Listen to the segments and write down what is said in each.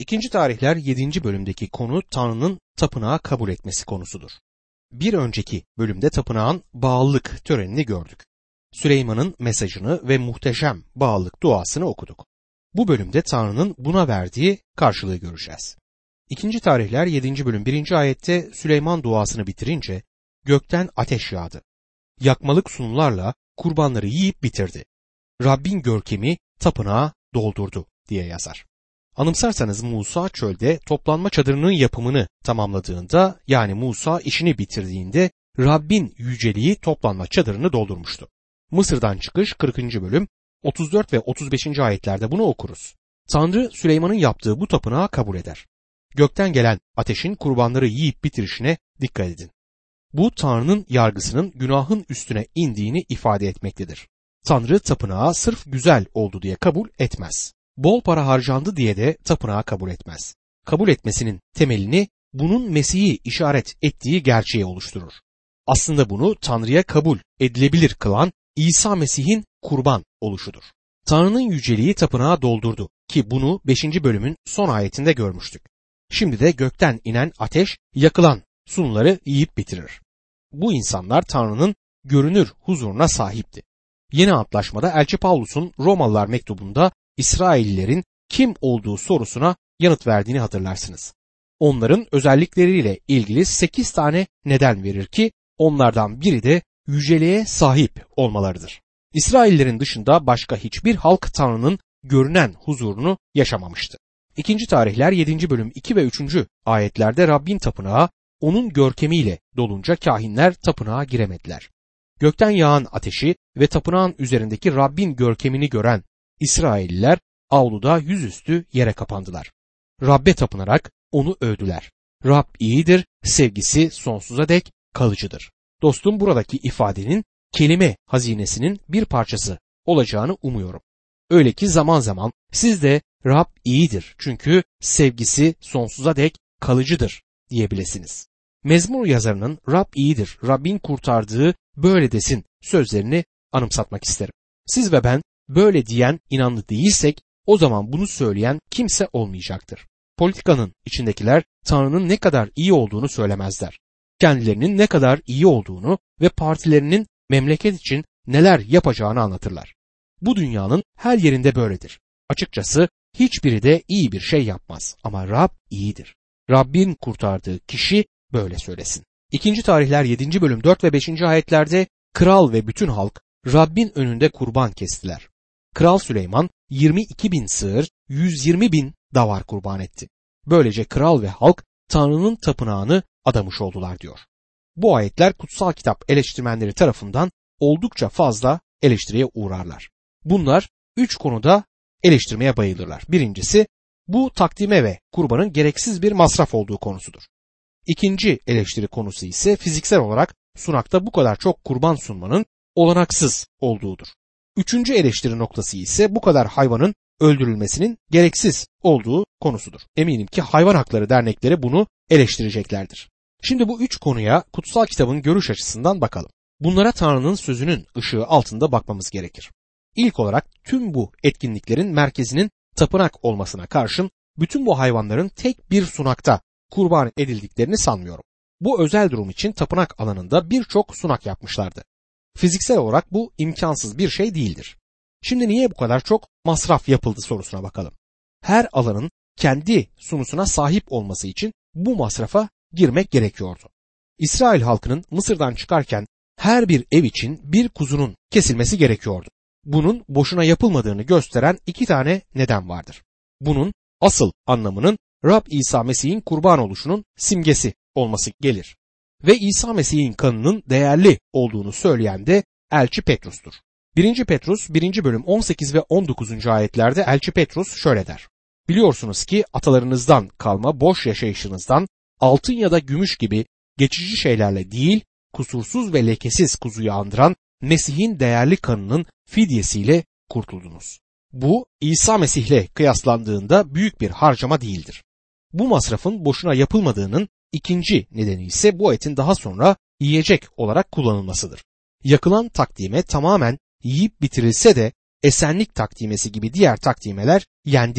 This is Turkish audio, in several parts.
İkinci Tarihler 7. bölümdeki konu Tanrı'nın tapınağı kabul etmesi konusudur. Bir önceki bölümde tapınağın bağlılık törenini gördük. Süleyman'ın mesajını ve muhteşem bağlılık duasını okuduk. Bu bölümde Tanrı'nın buna verdiği karşılığı göreceğiz. İkinci Tarihler 7. bölüm 1. ayette Süleyman duasını bitirince gökten ateş yağdı. Yakmalık sunularla kurbanları yiyip bitirdi. Rabbin görkemi tapınağı doldurdu diye yazar. Anımsarsanız Musa çölde toplanma çadırının yapımını tamamladığında, yani Musa işini bitirdiğinde Rabbin yüceliği toplanma çadırını doldurmuştu. Mısır'dan çıkış 40. bölüm 34 ve 35. ayetlerde bunu okuruz. Tanrı Süleyman'ın yaptığı bu tapınağı kabul eder. Gökten gelen ateşin kurbanları yiyip bitirişine dikkat edin. Bu Tanrı'nın yargısının günahın üstüne indiğini ifade etmektedir. Tanrı tapınağı sırf güzel oldu diye kabul etmez. Bol para harcandı diye de tapınağı kabul etmez. Kabul etmesinin temelini bunun Mesih'i işaret ettiği gerçeği oluşturur. Aslında bunu Tanrı'ya kabul edilebilir kılan İsa Mesih'in kurban oluşudur. Tanrı'nın yüceliği tapınağı doldurdu ki bunu 5. bölümün son ayetinde görmüştük. Şimdi de gökten inen ateş yakılan sunuları yiyip bitirir. Bu insanlar Tanrı'nın görünür huzuruna sahipti. Yeni Antlaşmada Elçi Pavlus'un Romalılar mektubunda İsraillilerin kim olduğu sorusuna yanıt verdiğini hatırlarsınız. Onların özellikleriyle ilgili 8 tane neden verir ki onlardan biri de yüceliğe sahip olmalarıdır. İsraillerin dışında başka hiçbir halk Tanrı'nın görünen huzurunu yaşamamıştı. 2. Tarihler 7. bölüm 2 ve 3. ayetlerde Rabbin tapınağı onun görkemiyle dolunca kahinler tapınağa giremediler. Gökten yağan ateşi ve tapınağın üzerindeki Rabbin görkemini gören İsrailliler avluda yüzüstü yere kapandılar. Rabbe tapınarak onu övdüler. Rab iyidir, sevgisi sonsuza dek kalıcıdır. Dostum, buradaki ifadenin kelime hazinesinin bir parçası olacağını umuyorum. Öyle ki zaman zaman siz de Rab iyidir çünkü sevgisi sonsuza dek kalıcıdır diyebilirsiniz. Mezmur yazarının Rab iyidir, Rabbin kurtardığı böyle desin sözlerini anımsatmak isterim. Siz ve ben böyle diyen inanlı değilsek o zaman bunu söyleyen kimse olmayacaktır. Politikanın içindekiler Tanrı'nın ne kadar iyi olduğunu söylemezler. Kendilerinin ne kadar iyi olduğunu ve partilerinin memleket için neler yapacağını anlatırlar. Bu dünyanın her yerinde böyledir. Açıkçası hiçbiri de iyi bir şey yapmaz ama Rab iyidir. Rabbin kurtardığı kişi böyle söylesin. 2. Tarihler 7. bölüm 4 ve 5. ayetlerde kral ve bütün halk Rabbin önünde kurban kestiler. Kral Süleyman 22.000 sığır, 120.000 davar kurban etti. Böylece kral ve halk Tanrı'nın tapınağını adamış oldular diyor. Bu ayetler kutsal kitap eleştirmenleri tarafından oldukça fazla eleştiriye uğrarlar. Bunlar 3 konuda eleştirmeye bayılırlar. Birincisi, bu takdime ve kurbanın gereksiz bir masraf olduğu konusudur. İkinci eleştiri konusu ise fiziksel olarak sunakta bu kadar çok kurban sunmanın olanaksız olduğudur. Üçüncü eleştiri noktası ise bu kadar hayvanın öldürülmesinin gereksiz olduğu konusudur. Eminim ki hayvan hakları dernekleri bunu eleştireceklerdir. Şimdi bu 3 konuya kutsal kitabın görüş açısından bakalım. Bunlara Tanrı'nın sözünün ışığı altında bakmamız gerekir. İlk olarak tüm bu etkinliklerin merkezinin tapınak olmasına karşın bütün bu hayvanların tek bir sunakta kurban edildiklerini sanmıyorum. Bu özel durum için tapınak alanında birçok sunak yapmışlardı. Fiziksel olarak bu imkansız bir şey değildir. Şimdi niye bu kadar çok masraf yapıldı sorusuna bakalım. Her alanın kendi sunusuna sahip olması için bu masrafa girmek gerekiyordu. İsrail halkının Mısır'dan çıkarken her bir ev için bir kuzunun kesilmesi gerekiyordu. Bunun boşuna yapılmadığını gösteren 2 tane neden vardır. Bunun asıl anlamının Rab İsa Mesih'in kurban oluşunun simgesi olması gelir. Ve İsa Mesih'in kanının değerli olduğunu söyleyen de Elçi Petrus'tur. 1. Petrus 1. bölüm 18 ve 19. ayetlerde Elçi Petrus şöyle der. Biliyorsunuz ki atalarınızdan kalma boş yaşayışınızdan altın ya da gümüş gibi geçici şeylerle değil, kusursuz ve lekesiz kuzuyu andıran Mesih'in değerli kanının fidyesiyle kurtuldunuz. Bu İsa Mesih'le kıyaslandığında büyük bir harcama değildir. Bu masrafın boşuna yapılmadığının ikinci nedeni ise bu etin daha sonra yiyecek olarak kullanılmasıdır. Yakılan takdime tamamen yiyip bitirilse de esenlik takdimesi gibi diğer takdimeler yendi.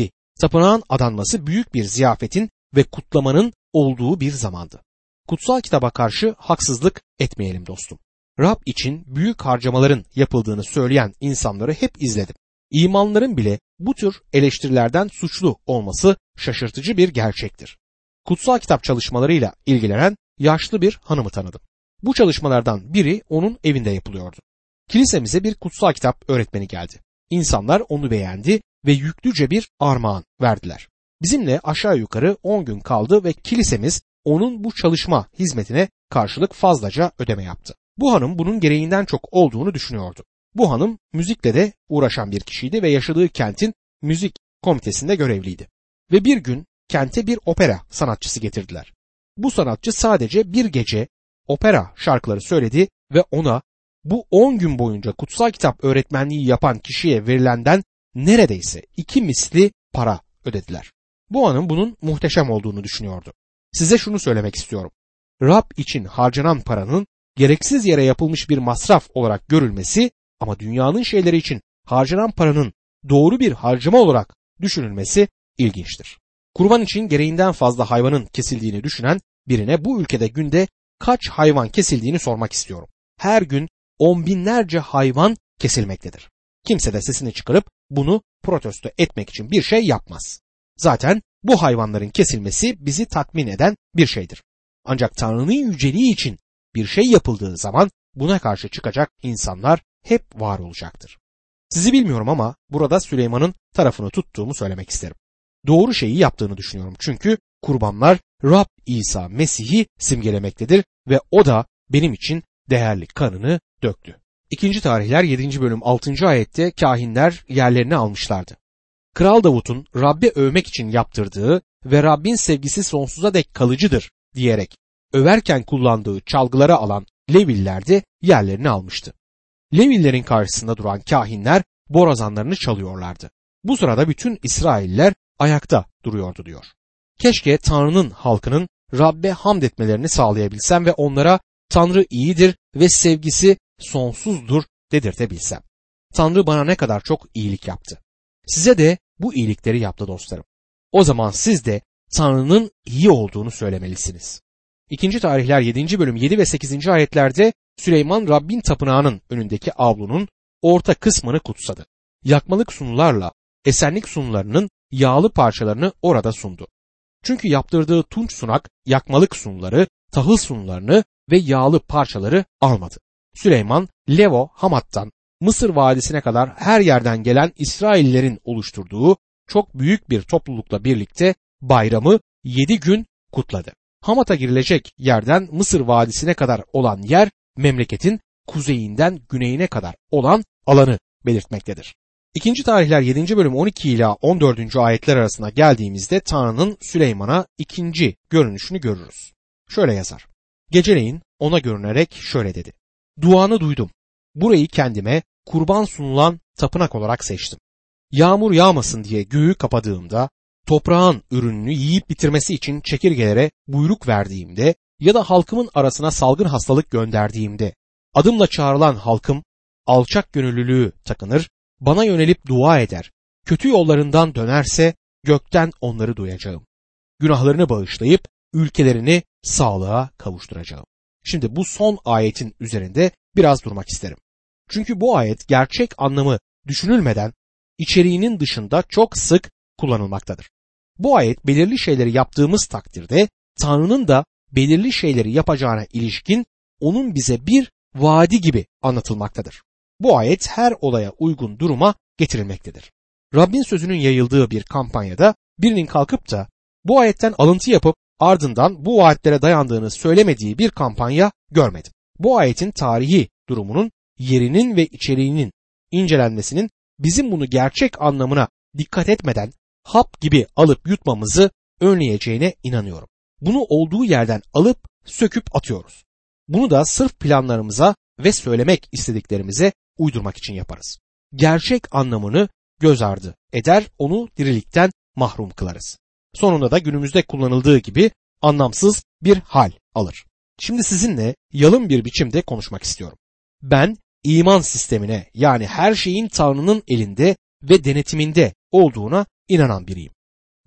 Tapınağın adanması büyük bir ziyafetin ve kutlamanın olduğu bir zamandı. Kutsal kitaba karşı haksızlık etmeyelim dostum. Rab için büyük harcamaların yapıldığını söyleyen insanları hep izledim. İmanların bile bu tür eleştirilerden suçlu olması şaşırtıcı bir gerçektir. Kutsal kitap çalışmalarıyla ilgilenen yaşlı bir hanımı tanıdım. Bu çalışmalardan biri onun evinde yapılıyordu. Kilisemize bir kutsal kitap öğretmeni geldi. İnsanlar onu beğendi ve yüklüce bir armağan verdiler. Bizimle aşağı yukarı 10 gün kaldı ve kilisemiz onun bu çalışma hizmetine karşılık fazlaca ödeme yaptı. Bu hanım bunun gereğinden çok olduğunu düşünüyordu. Bu hanım müzikle de uğraşan bir kişiydi ve yaşadığı kentin müzik komitesinde görevliydi. Ve bir gün kente bir opera sanatçısı getirdiler. Bu sanatçı sadece bir gece opera şarkıları söyledi ve ona bu 10 gün boyunca kutsal kitap öğretmenliği yapan kişiye verilenden neredeyse 2 misli para ödediler. Bu hanım bunun muhteşem olduğunu düşünüyordu. Size şunu söylemek istiyorum. Rab için harcanan paranın gereksiz yere yapılmış bir masraf olarak görülmesi ama dünyanın şeyleri için harcanan paranın doğru bir harcama olarak düşünülmesi ilginçtir. Kurban için gereğinden fazla hayvanın kesildiğini düşünen birine bu ülkede günde kaç hayvan kesildiğini sormak istiyorum. Her gün 10 binlerce hayvan kesilmektedir. Kimse de sesini çıkarıp bunu protesto etmek için bir şey yapmaz. Zaten bu hayvanların kesilmesi bizi tatmin eden bir şeydir. Ancak Tanrı'nın yüceliği için bir şey yapıldığı zaman buna karşı çıkacak insanlar hep var olacaktır. Sizi bilmiyorum ama burada Süleyman'ın tarafını tuttuğumu söylemek isterim. Doğru şeyi yaptığını düşünüyorum çünkü kurbanlar Rab İsa Mesih'i simgelemektedir ve o da benim için değerli kanını döktü. 2. Tarihler 7. bölüm 6. ayette kahinler yerlerini almışlardı. Kral Davut'un Rabbi övmek için yaptırdığı ve Rabbin sevgisi sonsuza dek kalıcıdır diyerek överken kullandığı çalgıları alan Leviller de yerlerini almıştı. Levillerin karşısında duran kahinler borazanlarını çalıyorlardı. Bu sırada bütün İsrailler ayakta duruyordu diyor. Keşke Tanrı'nın halkının Rabbe hamd etmelerini sağlayabilsem ve onlara Tanrı iyidir ve sevgisi sonsuzdur dedirtebilsem. Tanrı bana ne kadar çok iyilik yaptı. Size de bu iyilikleri yaptı dostlarım. O zaman siz de Tanrı'nın iyi olduğunu söylemelisiniz. 2. Tarihler 7. bölüm 7 ve 8. ayetlerde Süleyman Rabbin tapınağının önündeki avlunun orta kısmını kutsadı. Yakmalık sunularla esenlik sunularının yağlı parçalarını orada sundu. Çünkü yaptırdığı tunç sunak yakmalık sunuları, tahıl sunularını ve yağlı parçaları almadı. Süleyman, Levo Hamat'tan Mısır Vadisi'ne kadar her yerden gelen İsraillerin oluşturduğu çok büyük bir toplulukla birlikte bayramı 7 gün kutladı. Hamat'a girilecek yerden Mısır Vadisi'ne kadar olan yer memleketin kuzeyinden güneyine kadar olan alanı belirtmektedir. 2. Tarihler 7. bölüm 12 ila 14. ayetler arasına geldiğimizde Tanrı'nın Süleyman'a ikinci görünüşünü görürüz. Şöyle yazar. Geceleyin ona görünerek şöyle dedi. Duanı duydum. Burayı kendime kurban sunulan tapınak olarak seçtim. Yağmur yağmasın diye göğü kapadığımda, toprağın ürününü yiyip bitirmesi için çekirgelere buyruk verdiğimde ya da halkımın arasına salgın hastalık gönderdiğimde, adımla çağrılan halkım alçak gönüllülüğü takınır, bana yönelip dua eder, kötü yollarından dönerse gökten onları duyacağım. Günahlarını bağışlayıp ülkelerini sağlığa kavuşturacağım. Şimdi bu son ayetin üzerinde biraz durmak isterim. Çünkü bu ayet gerçek anlamı düşünülmeden içeriğinin dışında çok sık kullanılmaktadır. Bu ayet belirli şeyleri yaptığımız takdirde Tanrı'nın da belirli şeyleri yapacağına ilişkin onun bize bir vaadi gibi anlatılmaktadır. Bu ayet her olaya uygun duruma getirilmektedir. Rabbin sözünün yayıldığı bir kampanyada birinin kalkıp da bu ayetten alıntı yapıp ardından bu vaatlere dayandığını söylemediği bir kampanya görmedim. Bu ayetin tarihi durumunun, yerinin ve içeriğinin incelenmesinin bizim bunu gerçek anlamına dikkat etmeden hap gibi alıp yutmamızı önleyeceğine inanıyorum. Bunu olduğu yerden alıp söküp atıyoruz. Bunu da sırf planlarımıza ve söylemek istediklerimize uydurmak için yaparız. Gerçek anlamını göz ardı eder, onu dirilikten mahrum kılarız. Sonunda da günümüzde kullanıldığı gibi anlamsız bir hal alır. Şimdi sizinle yalın bir biçimde konuşmak istiyorum. Ben iman sistemine, yani her şeyin Tanrı'nın elinde ve denetiminde olduğuna inanan biriyim.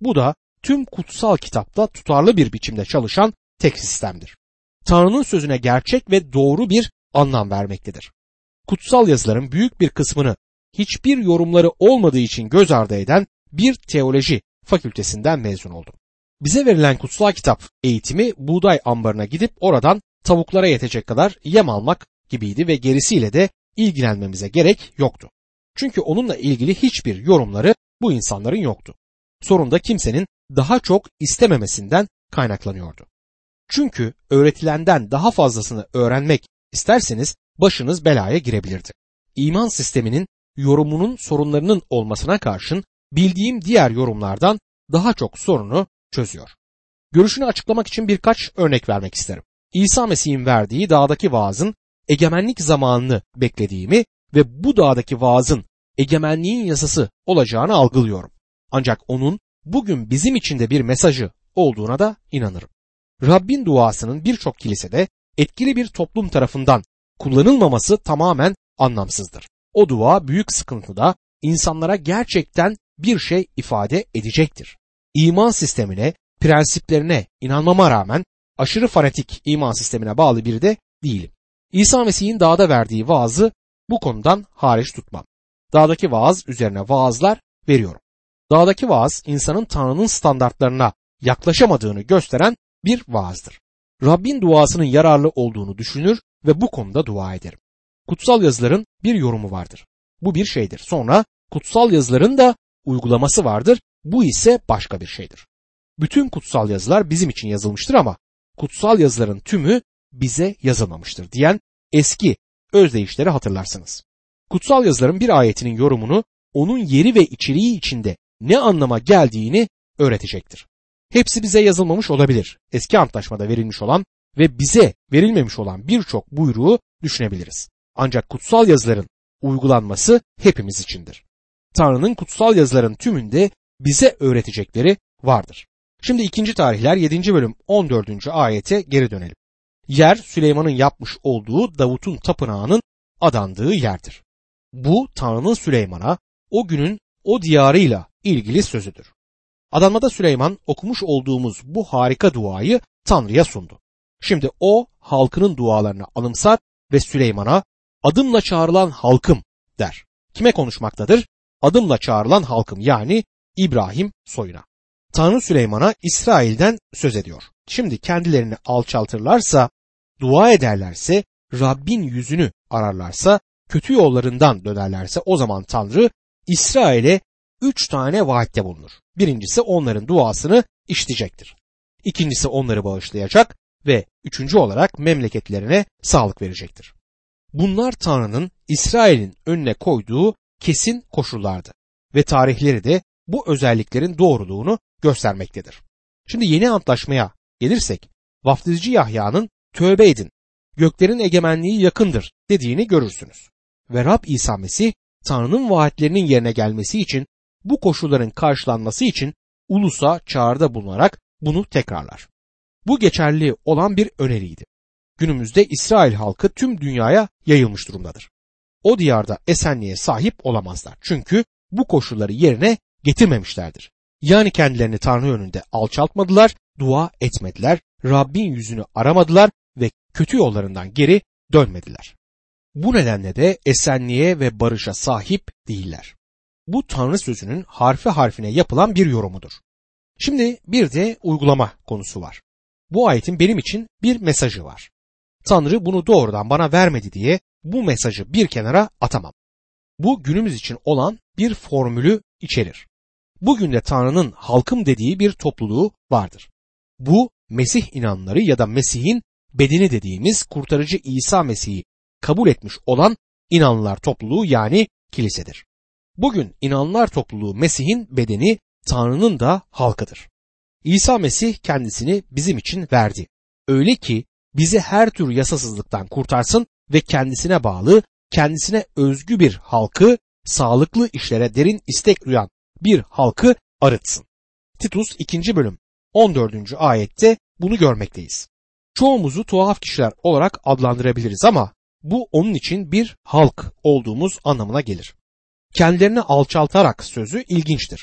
Bu da tüm kutsal kitapta tutarlı bir biçimde çalışan tek sistemdir. Tanrı'nın sözüne gerçek ve doğru bir anlam vermektedir. Kutsal yazıların büyük bir kısmını hiçbir yorumları olmadığı için göz ardı eden bir teoloji fakültesinden mezun oldum. Bize verilen kutsal kitap eğitimi buğday ambarına gidip oradan tavuklara yetecek kadar yem almak gibiydi ve gerisiyle de ilgilenmemize gerek yoktu. Çünkü onunla ilgili hiçbir yorumları bu insanların yoktu. Sorun da kimsenin daha çok istememesinden kaynaklanıyordu. Çünkü öğretilenden daha fazlasını öğrenmek isterseniz başınız belaya girebilirdi. İman sisteminin yorumunun sorunlarının olmasına karşın bildiğim diğer yorumlardan daha çok sorunu çözüyor. Görüşünü açıklamak için birkaç örnek vermek isterim. İsa Mesih'in verdiği dağdaki vaazın egemenlik zamanını beklediğimi ve bu dağdaki vaazın egemenliğin yasası olacağını algılıyorum. Ancak onun bugün bizim için de bir mesajı olduğuna da inanırım. Rabbin duasının birçok kilisede etkili bir toplum tarafından kullanılmaması tamamen anlamsızdır. O dua büyük sıkıntıda insanlara gerçekten bir şey ifade edecektir. İman sistemine, prensiplerine inanmama rağmen aşırı fanatik iman sistemine bağlı biri de değilim. İsa Mesih'in dağda verdiği vaazı bu konudan hariç tutmam. Dağdaki vaaz üzerine vaazlar veriyorum. Dağdaki vaaz insanın Tanrı'nın standartlarına yaklaşamadığını gösteren bir vaazdır. Rabbin duasının yararlı olduğunu düşünür ve bu konuda dua ederim. Kutsal yazıların bir yorumu vardır. Bu bir şeydir. Sonra kutsal yazıların da uygulaması vardır. Bu ise başka bir şeydir. Bütün kutsal yazılar bizim için yazılmıştır ama kutsal yazıların tümü bize yazılmamıştır diyen eski özdeyişleri hatırlarsınız. Kutsal yazıların bir ayetinin yorumunu onun yeri ve içeriği içinde ne anlama geldiğini öğretecektir. Hepsi bize yazılmamış olabilir. Eski antlaşmada verilmiş olan ve bize verilmemiş olan birçok buyruğu düşünebiliriz. Ancak kutsal yazıların uygulanması hepimiz içindir. Tanrı'nın kutsal yazıların tümünde bize öğretecekleri vardır. Şimdi 2. Tarihler 7. bölüm 14. ayete geri dönelim. Yer Süleyman'ın yapmış olduğu Davut'un tapınağının adandığı yerdir. Bu Tanrı'nın Süleyman'a o günün o diyarıyla ilgili sözüdür. Adanmada Süleyman okumuş olduğumuz bu harika duayı Tanrı'ya sundu. Şimdi o halkının dualarını anımsar ve Süleyman'a adımla çağrılan halkım der. Kime konuşmaktadır? Adımla çağrılan halkım yani İbrahim soyuna. Tanrı Süleyman'a İsrail'den söz ediyor. Şimdi kendilerini alçaltırlarsa, dua ederlerse, Rabbin yüzünü ararlarsa, kötü yollarından dönerlerse o zaman Tanrı İsrail'e 3 tane vaatte bulunur. Birincisi onların duasını işitecektir. İkincisi onları bağışlayacak ve üçüncü olarak memleketlerine sağlık verecektir. Bunlar Tanrı'nın İsrail'in önüne koyduğu kesin koşullardı ve tarihleri de bu özelliklerin doğruluğunu göstermektedir. Şimdi yeni antlaşmaya gelirsek Vaftizci Yahya'nın tövbe edin, göklerin egemenliği yakındır dediğini görürsünüz. Ve Rab İsa Mesih Tanrı'nın vaatlerinin yerine gelmesi için bu koşulların karşılanması için ulusa çağrıda bulunarak bunu tekrarlar. Bu geçerli olan bir öneriydi. Günümüzde İsrail halkı tüm dünyaya yayılmış durumdadır. O diyarda esenliğe sahip olamazlar. Çünkü bu koşulları yerine getirmemişlerdir. Yani kendilerini Tanrı önünde alçaltmadılar, dua etmediler, Rabbin yüzünü aramadılar ve kötü yollarından geri dönmediler. Bu nedenle de esenliğe ve barışa sahip değiller. Bu Tanrı sözünün harfi harfine yapılan bir yorumudur. Şimdi bir de uygulama konusu var. Bu ayetin benim için bir mesajı var. Tanrı bunu doğrudan bana vermedi diye bu mesajı bir kenara atamam. Bu günümüz için olan bir formülü içerir. Bugün de Tanrı'nın halkım dediği bir topluluğu vardır. Bu Mesih inanları ya da Mesih'in bedeni dediğimiz kurtarıcı İsa Mesih'i kabul etmiş olan inanlılar topluluğu yani kilisedir. Bugün inanlılar topluluğu Mesih'in bedeni, Tanrı'nın da halkıdır. İsa Mesih kendisini bizim için verdi. Öyle ki bizi her tür yasasızlıktan kurtarsın ve kendisine bağlı, kendisine özgü bir halkı, sağlıklı işlere derin istek duyan bir halkı arıtsın. Titus 2. bölüm 14. ayette bunu görmekteyiz. Çoğumuzu tuhaf kişiler olarak adlandırabiliriz ama bu onun için bir halk olduğumuz anlamına gelir. Kendilerini alçaltarak sözü ilginçtir.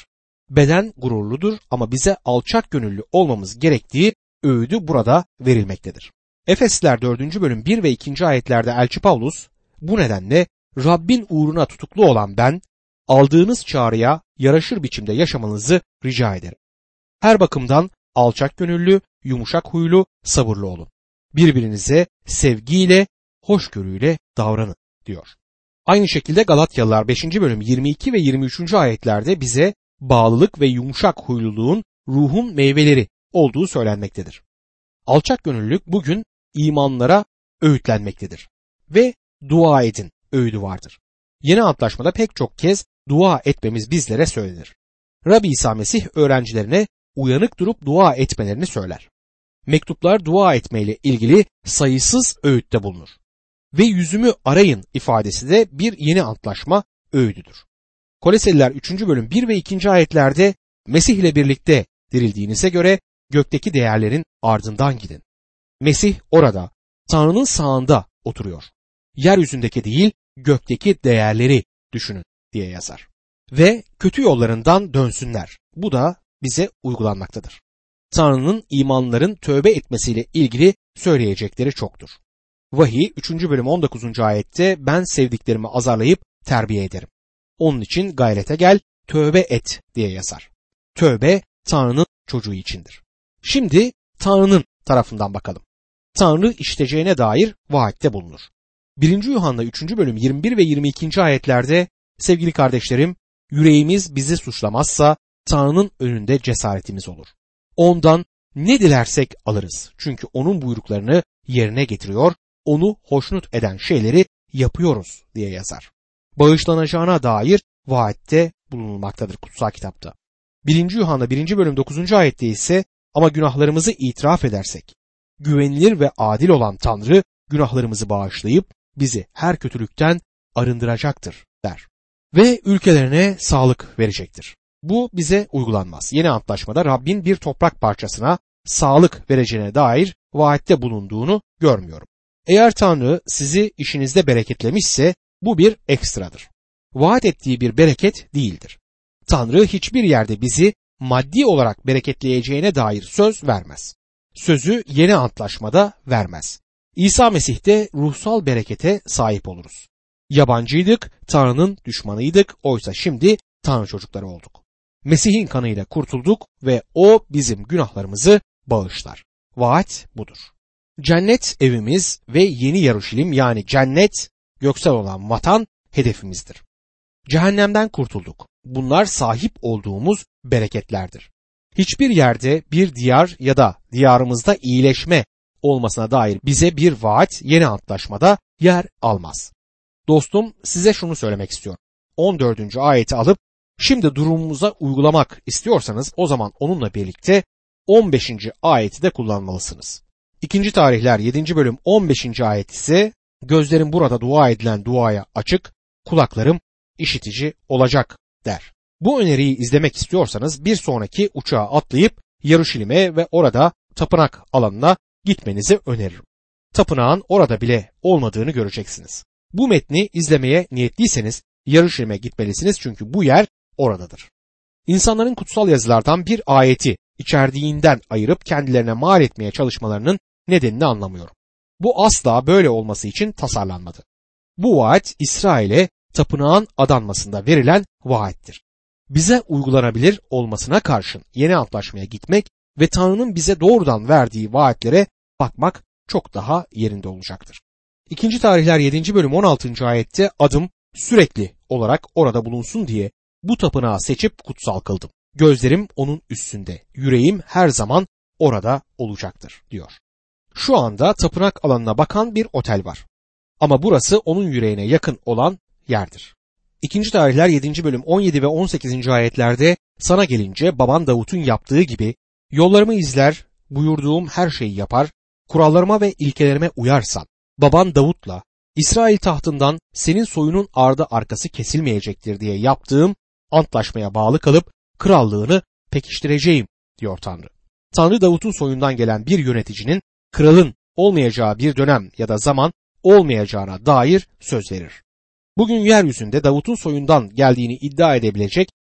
Beden gururludur ama bize alçak gönüllü olmamız gerektiği öğüdü burada verilmektedir. Efesliler 4. bölüm 1 ve 2. ayetlerde Elçi Pavlus bu nedenle Rabbin uğruna tutuklu olan ben aldığınız çağrıya yaraşır biçimde yaşamanızı rica ederim. Her bakımdan alçak gönüllü, yumuşak huylu, sabırlı olun. Birbirinize sevgiyle, hoşgörüyle davranın diyor. Aynı şekilde Galatyalılar 5. bölüm 22 ve 23. ayetlerde bize bağlılık ve yumuşak huyluluğun ruhun meyveleri olduğu söylenmektedir. Alçak gönüllülük bugün imanlara öğütlenmektedir. Ve dua edin öğüdü vardır. Yeni Antlaşmada pek çok kez dua etmemiz bizlere söylenir. Rabbi İsa Mesih öğrencilerine uyanık durup dua etmelerini söyler. Mektuplar dua etmeyle ilgili sayısız öğütte bulunur. Ve yüzümü arayın ifadesi de bir yeni antlaşma öğüdüdür. Koloseliler 3. bölüm 1 ve 2. ayetlerde Mesih ile birlikte dirildiğinize göre gökteki değerlerin ardından gidin. Mesih orada, Tanrı'nın sağında oturuyor. Yeryüzündeki değil, gökteki değerleri düşünün diye yazar. Ve kötü yollarından dönsünler. Bu da bize uygulanmaktadır. Tanrı'nın imanların tövbe etmesiyle ilgili söyleyecekleri çoktur. Vahiy 3. bölüm 19. ayette ben sevdiklerimi azarlayıp terbiye ederim. Onun için gayrete gel, tövbe et diye yazar. Tövbe Tanrı'nın çocuğu içindir. Şimdi Tanrı'nın tarafından bakalım. Tanrı işiteceğine dair vaatte bulunur. 1. Yuhanna 3. bölüm 21 ve 22. ayetlerde sevgili kardeşlerim, yüreğimiz bizi suçlamazsa Tanrı'nın önünde cesaretimiz olur. Ondan ne dilersek alırız. Çünkü onun buyruklarını yerine getiriyor, onu hoşnut eden şeyleri yapıyoruz diye yazar. Bağışlanacağına dair vaatte bulunulmaktadır kutsal kitapta. 1. Yuhanna 1. bölüm 9. ayette ise ama günahlarımızı itiraf edersek, güvenilir ve adil olan Tanrı günahlarımızı bağışlayıp bizi her kötülükten arındıracaktır der. Ve ülkelerine sağlık verecektir. Bu bize uygulanmaz. Yeni antlaşmada Rabbin bir toprak parçasına sağlık vereceğine dair vaatte bulunduğunu görmüyorum. Eğer Tanrı sizi işinizde bereketlemişse bu bir ekstradır. Vaat ettiği bir bereket değildir. Tanrı hiçbir yerde bizi maddi olarak bereketleyeceğine dair söz vermez. Sözü yeni antlaşmada vermez. İsa Mesih'te ruhsal berekete sahip oluruz. Yabancıydık, Tanrı'nın düşmanıydık, oysa şimdi Tanrı çocukları olduk. Mesih'in kanıyla kurtulduk ve O bizim günahlarımızı bağışlar. Vaat budur. Cennet evimiz ve yeni Yaruşilim yani cennet, göksel olan vatan hedefimizdir. Cehennemden kurtulduk. Bunlar sahip olduğumuz bereketlerdir. Hiçbir yerde bir diyar ya da diyarımızda iyileşme olmasına dair bize bir vaat yeni antlaşmada yer almaz. Dostum size şunu söylemek istiyorum. 14. ayeti alıp şimdi durumumuza uygulamak istiyorsanız o zaman onunla birlikte 15. ayeti de kullanmalısınız. 2. Tarihler 7. bölüm 15. ayet ise gözlerim burada dua edilen duaya açık, kulaklarım işitici olacak der. Bu öneriyi izlemek istiyorsanız bir sonraki uçağa atlayıp Yaruşilim'e ve orada tapınak alanına gitmenizi öneririm. Tapınağın orada bile olmadığını göreceksiniz. Bu metni izlemeye niyetliyseniz Yaruşilim'e gitmelisiniz çünkü bu yer oradadır. İnsanların kutsal yazılardan bir ayeti içerdiğinden ayırıp kendilerine mal etmeye çalışmalarının nedenini anlamıyorum. Bu asla böyle olması için tasarlanmadı. Bu vaat İsrail'e tapınağın adanmasında verilen vaattir. Bize uygulanabilir olmasına karşın yeni antlaşmaya gitmek ve Tanrı'nın bize doğrudan verdiği vaatlere bakmak çok daha yerinde olacaktır. 2. Tarihler 7. bölüm 16. ayette adım sürekli olarak orada bulunsun diye bu tapınağı seçip kutsal kıldım. Gözlerim onun üstünde, yüreğim her zaman orada olacaktır diyor. Şu anda tapınak alanına bakan bir otel var. Ama burası onun yüreğine yakın olan yerdir. 2. Tarihler 7. bölüm 17 ve 18. ayetlerde sana gelince baban Davut'un yaptığı gibi yollarımı izler, buyurduğum her şeyi yapar, kurallarıma ve ilkelerime uyarsan, baban Davut'la İsrail tahtından senin soyunun ardı arkası kesilmeyecektir diye yaptığım antlaşmaya bağlı kalıp krallığını pekiştireceğim diyor Tanrı. Tanrı Davut'un soyundan gelen bir yöneticinin kralın olmayacağı bir dönem ya da zaman olmayacağına dair söz verir. Bugün yeryüzünde Davut'un soyundan geldiğini iddia edebilecek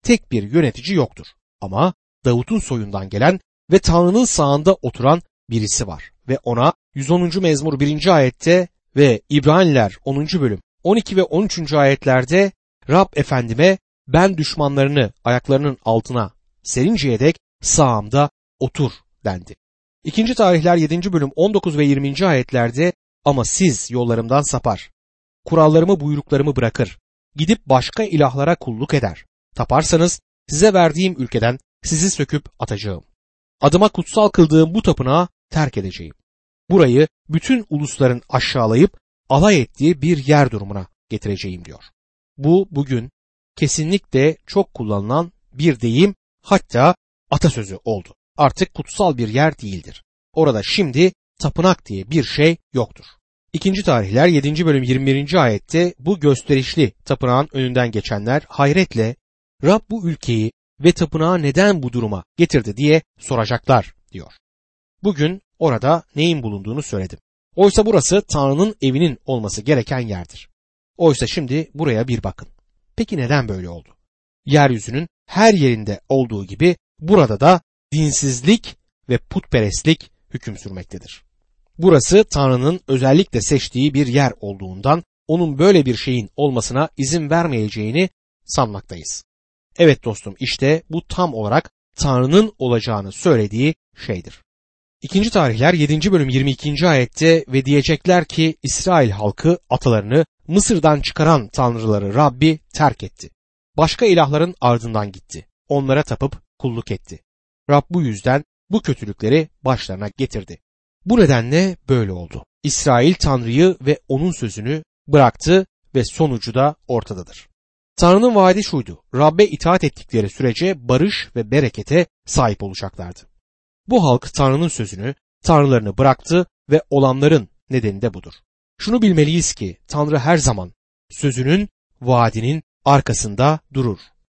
tek bir yönetici yoktur. Ama Davut'un soyundan gelen ve Tanrı'nın sağında oturan birisi var. Ve ona 110. mezmur 1. ayette ve İbraniler 10. bölüm 12 ve 13. ayetlerde Rab efendime ben düşmanlarını ayaklarının altına serinceye dek sağımda otur dendi. 2. Tarihler 7. bölüm 19 ve 20. ayetlerde ama siz yollarımdan sapar, kurallarımı buyruklarımı bırakır, gidip başka ilahlara kulluk eder. Taparsanız size verdiğim ülkeden sizi söküp atacağım. Adıma kutsal kıldığım bu tapınağı terk edeceğim. Burayı bütün ulusların aşağılayıp alay ettiği bir yer durumuna getireceğim diyor. Bu bugün kesinlikle çok kullanılan bir deyim, hatta atasözü oldu. Artık kutsal bir yer değildir. Orada şimdi tapınak diye bir şey yoktur. 2. Tarihler 7. bölüm 21. ayette bu gösterişli tapınağın önünden geçenler hayretle Rab bu ülkeyi ve tapınağı neden bu duruma getirdi diye soracaklar diyor. Bugün orada neyin bulunduğunu söyledim. Oysa burası Tanrı'nın evinin olması gereken yerdir. Oysa şimdi buraya bir bakın. Peki neden böyle oldu? Yeryüzünün her yerinde olduğu gibi burada da dinsizlik ve putperestlik hüküm sürmektedir. Burası Tanrı'nın özellikle seçtiği bir yer olduğundan onun böyle bir şeyin olmasına izin vermeyeceğini sanmaktayız. Evet dostum, işte bu tam olarak Tanrı'nın olacağını söylediği şeydir. 2. Tarihler 7. bölüm 22. ayette ve diyecekler ki İsrail halkı atalarını Mısır'dan çıkaran tanrıları Rabbi terk etti. Başka ilahların ardından gitti. Onlara tapıp kulluk etti. Rab bu yüzden bu kötülükleri başlarına getirdi. Bu nedenle böyle oldu. İsrail Tanrı'yı ve onun sözünü bıraktı ve sonucu da ortadadır. Tanrı'nın vaadi şuydu: Rab'be itaat ettikleri sürece barış ve berekete sahip olacaklardı. Bu halk Tanrı'nın sözünü, tanrılarını bıraktı ve olanların nedeni de budur. Şunu bilmeliyiz ki Tanrı her zaman sözünün, vaadinin arkasında durur.